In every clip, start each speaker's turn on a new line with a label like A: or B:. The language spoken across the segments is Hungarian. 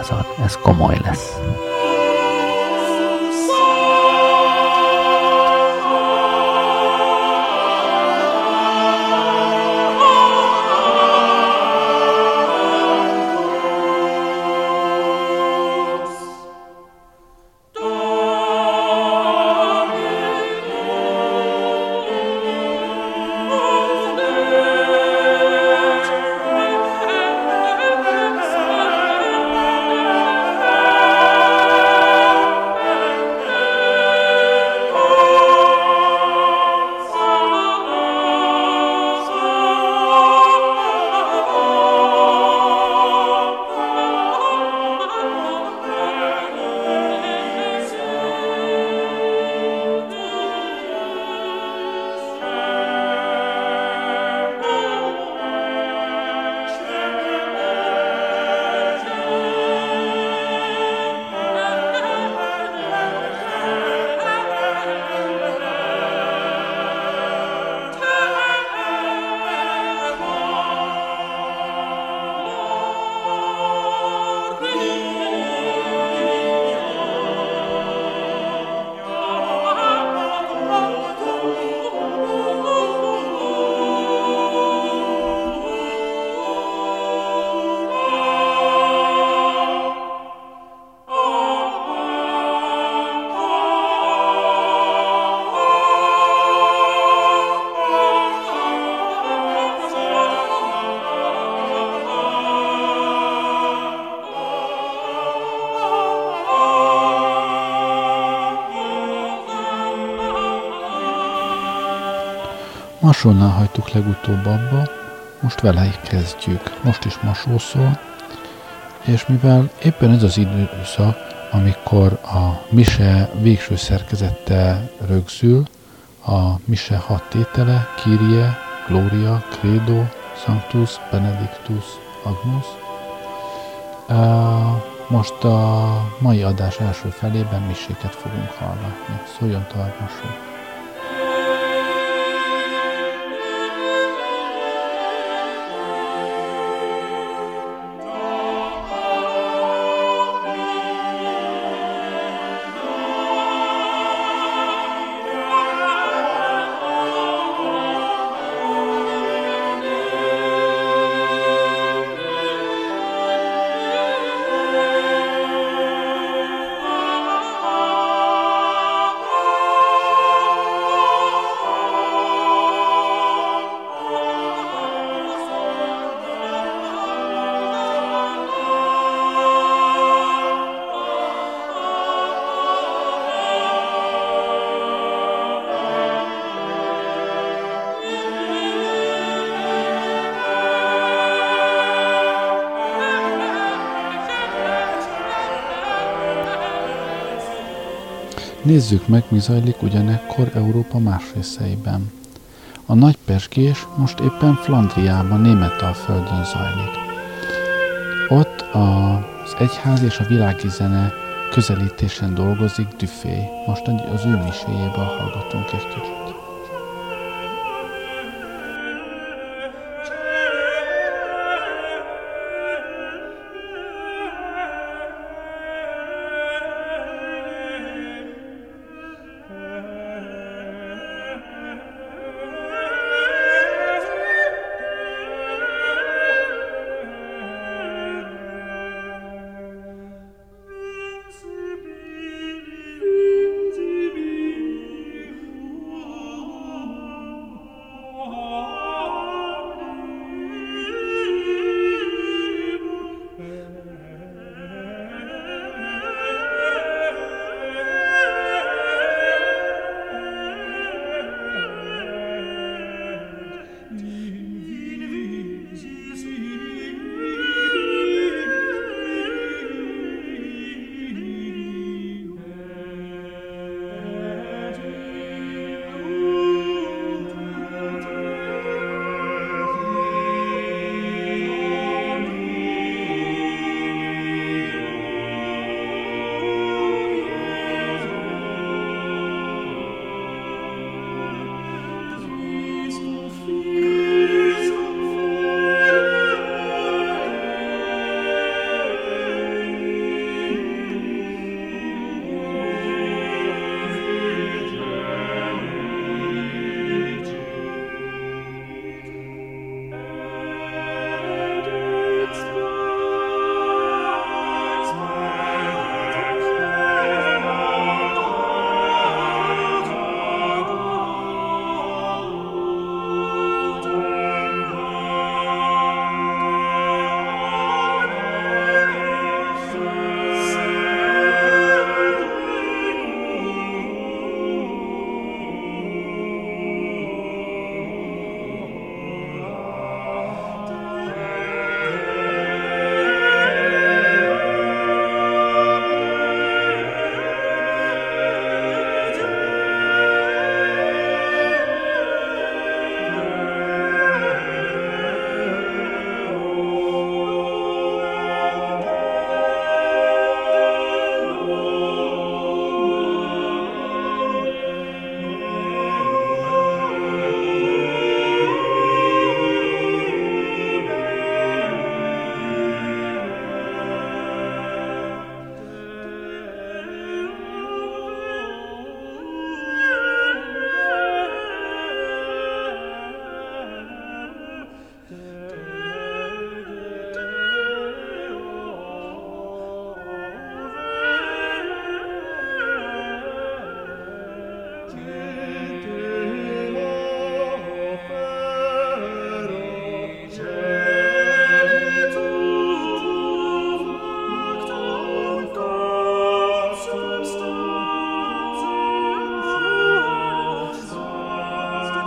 A: század, ez komoly lesz. Masónál hagytuk legutóbb abba, most vele kezdjük. Most is Masó szól, és mivel éppen ez az időszak, amikor a mise végső szerkezete rögzül, a mise 6 tétele, Kyrie, Gloria, Credo, Sanctus, Benedictus, Agnus. Most a mai adás első felében miséket fogunk hallgatni. Szóljon tovább, Masó! Nézzük meg, mi zajlik ugyanekkor Európa más részeiben. A nagy pezsgés most éppen Flandriában, Németalföldön zajlik. Ott az egyház és a világi zene közelítésen dolgozik Dufay. Most az ő miséjéből hallgatunk egy kicsit.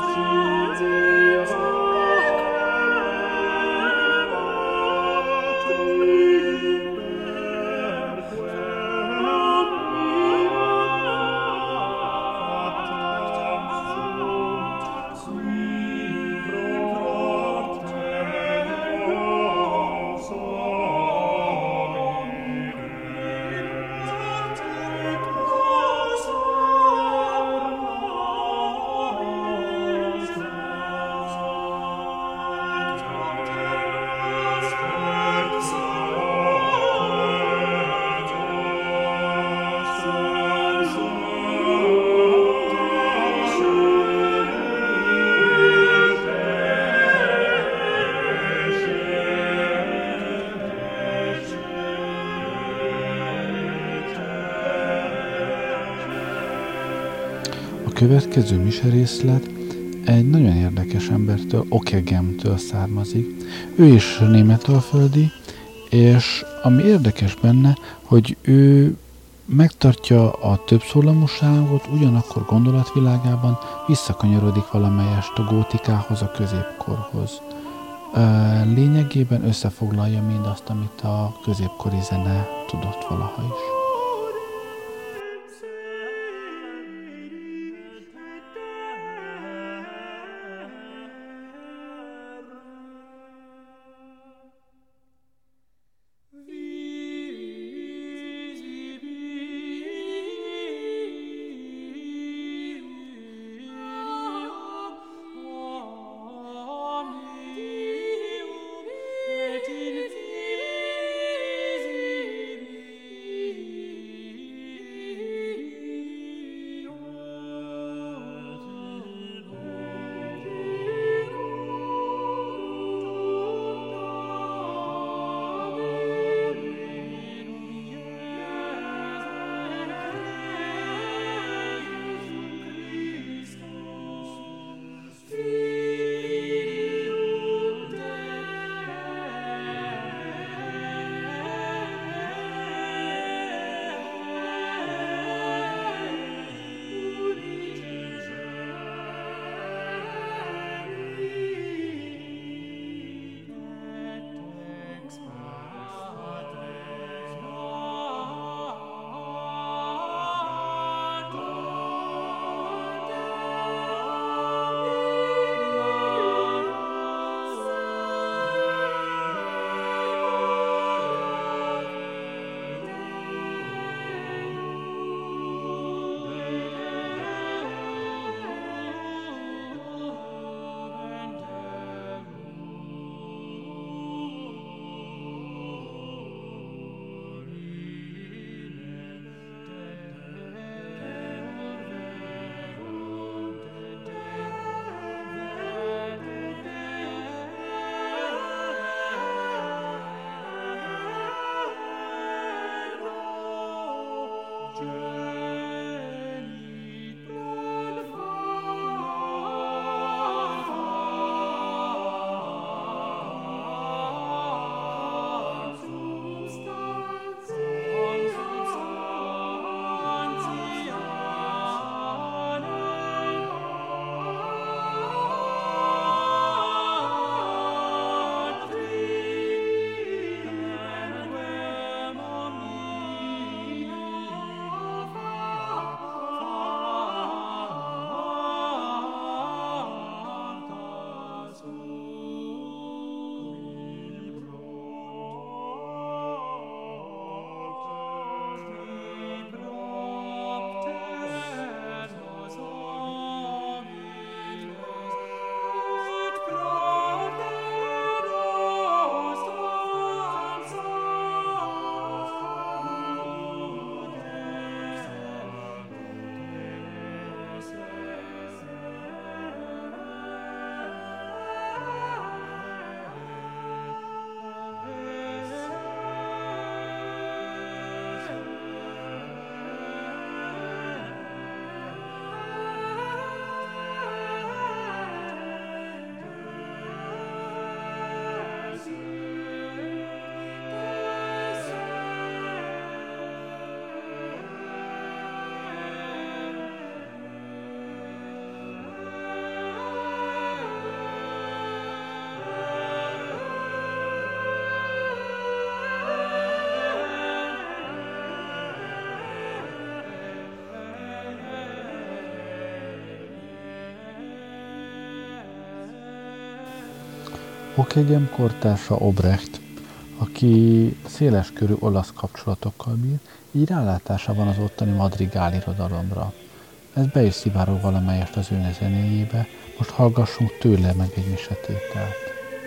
A: A következő miserészlet egy nagyon érdekes embertől, Okegemtől származik. Ő is németalföldi, és ami érdekes benne, hogy ő megtartja a többszólamúságot, ugyanakkor gondolatvilágában visszakanyarodik valamelyest a gótikához, a középkorhoz. Lényegében összefoglalja mindazt, amit a középkori zene tudott valaha is. Ockeghem kortársa Obrecht, aki széleskörű olasz kapcsolatokkal bír, így rálátása van az ottani madrigál irodalomra. Ez be is szivárog valamelyest az ő zenéjébe, most hallgassunk tőle meg egy misetételt.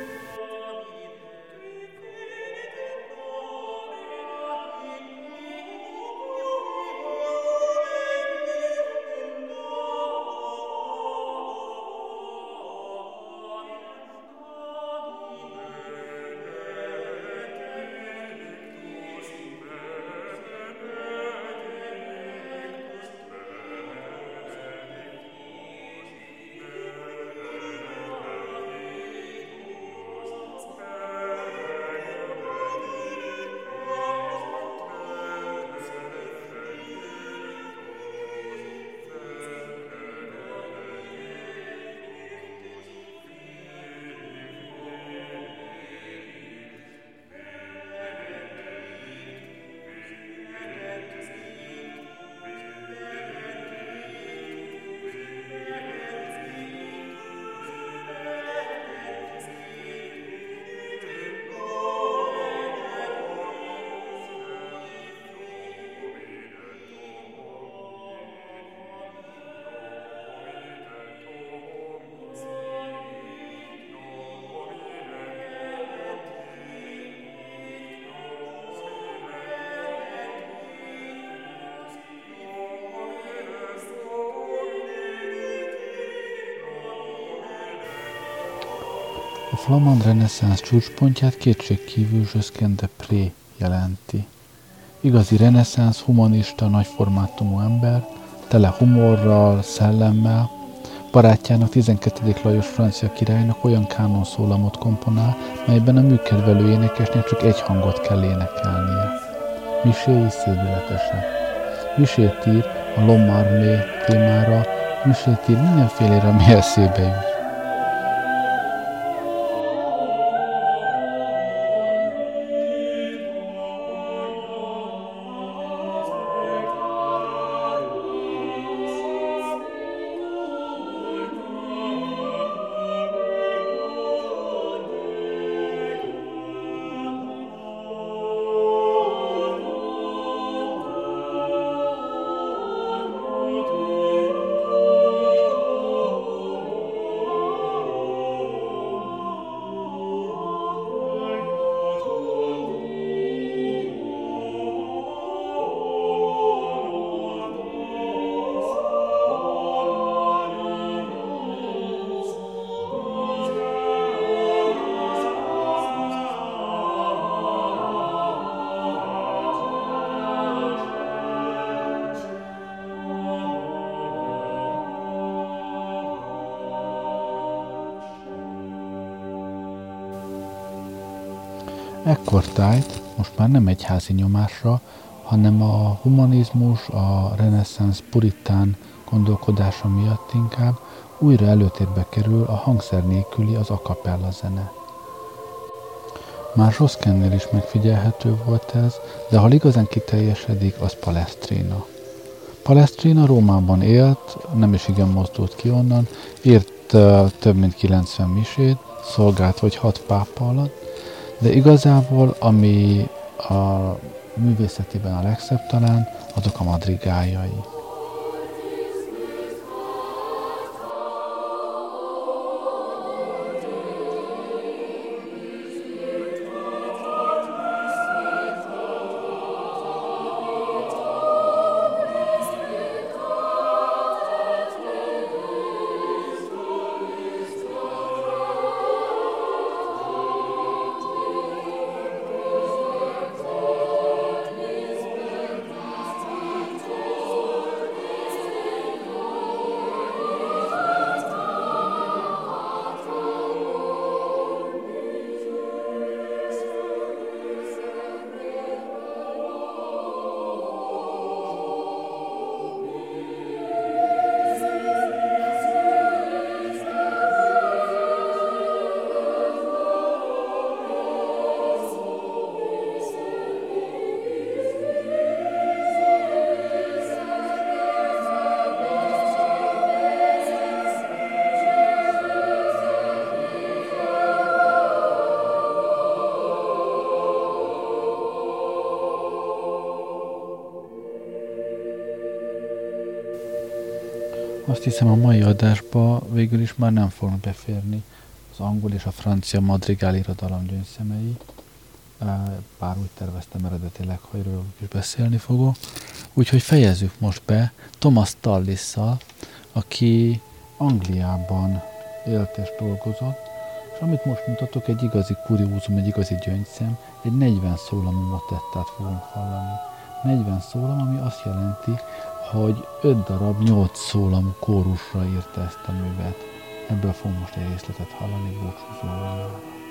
A: A flamand reneszánsz csúcspontját kétségkívül Josquin de Pré jelenti. Igazi reneszánsz, humanista, nagyformátumú ember, tele humorral, szellemmel, barátjának 12. Lajos francia királynak olyan kánonszólamot komponál, melyben a műkedvelő énekesnek csak egy hangot kell énekelnie. Miséi szédületesek. Misét ír a Lomarmé témára, misét ír mindenfélére, ami eszébe jut. Ekkortájt most már nem egyházi nyomásra, hanem a humanizmus, a reneszánsz puritán gondolkodása miatt inkább újra előtérbe kerül a hangszer nélküli, az a cappella zene. Már Josquinnél is megfigyelhető volt ez, de ha igazán kiteljesedik, az Palestrina. Palestrina Rómában élt, nem is igen mozdult ki onnan, írt több mint 90 misét, szolgált vagy 6 pápa alatt, de igazából, ami a művészetében a legszebb talán, azok a madrigáljai. Azt hiszem, a mai adásba végül is már nem fognak beférni az angol és a francia madrigál irodalom gyöngyszemei, bár úgy terveztem eredetileg, hogy róluk is beszélni fogok. Úgyhogy fejezzük most be Thomas Tallis-szal, aki Angliában élt és dolgozott, és amit most mutatok, egy igazi kuriózum, egy igazi gyöngyszem, egy 40 szólamú motettát fogunk hallani. 40 szólam, ami azt jelenti, hogy 5 darab 8 szólamú kórusra írta ezt a művet. Ebből fogunk most egy részletet hallani búcsúzóul.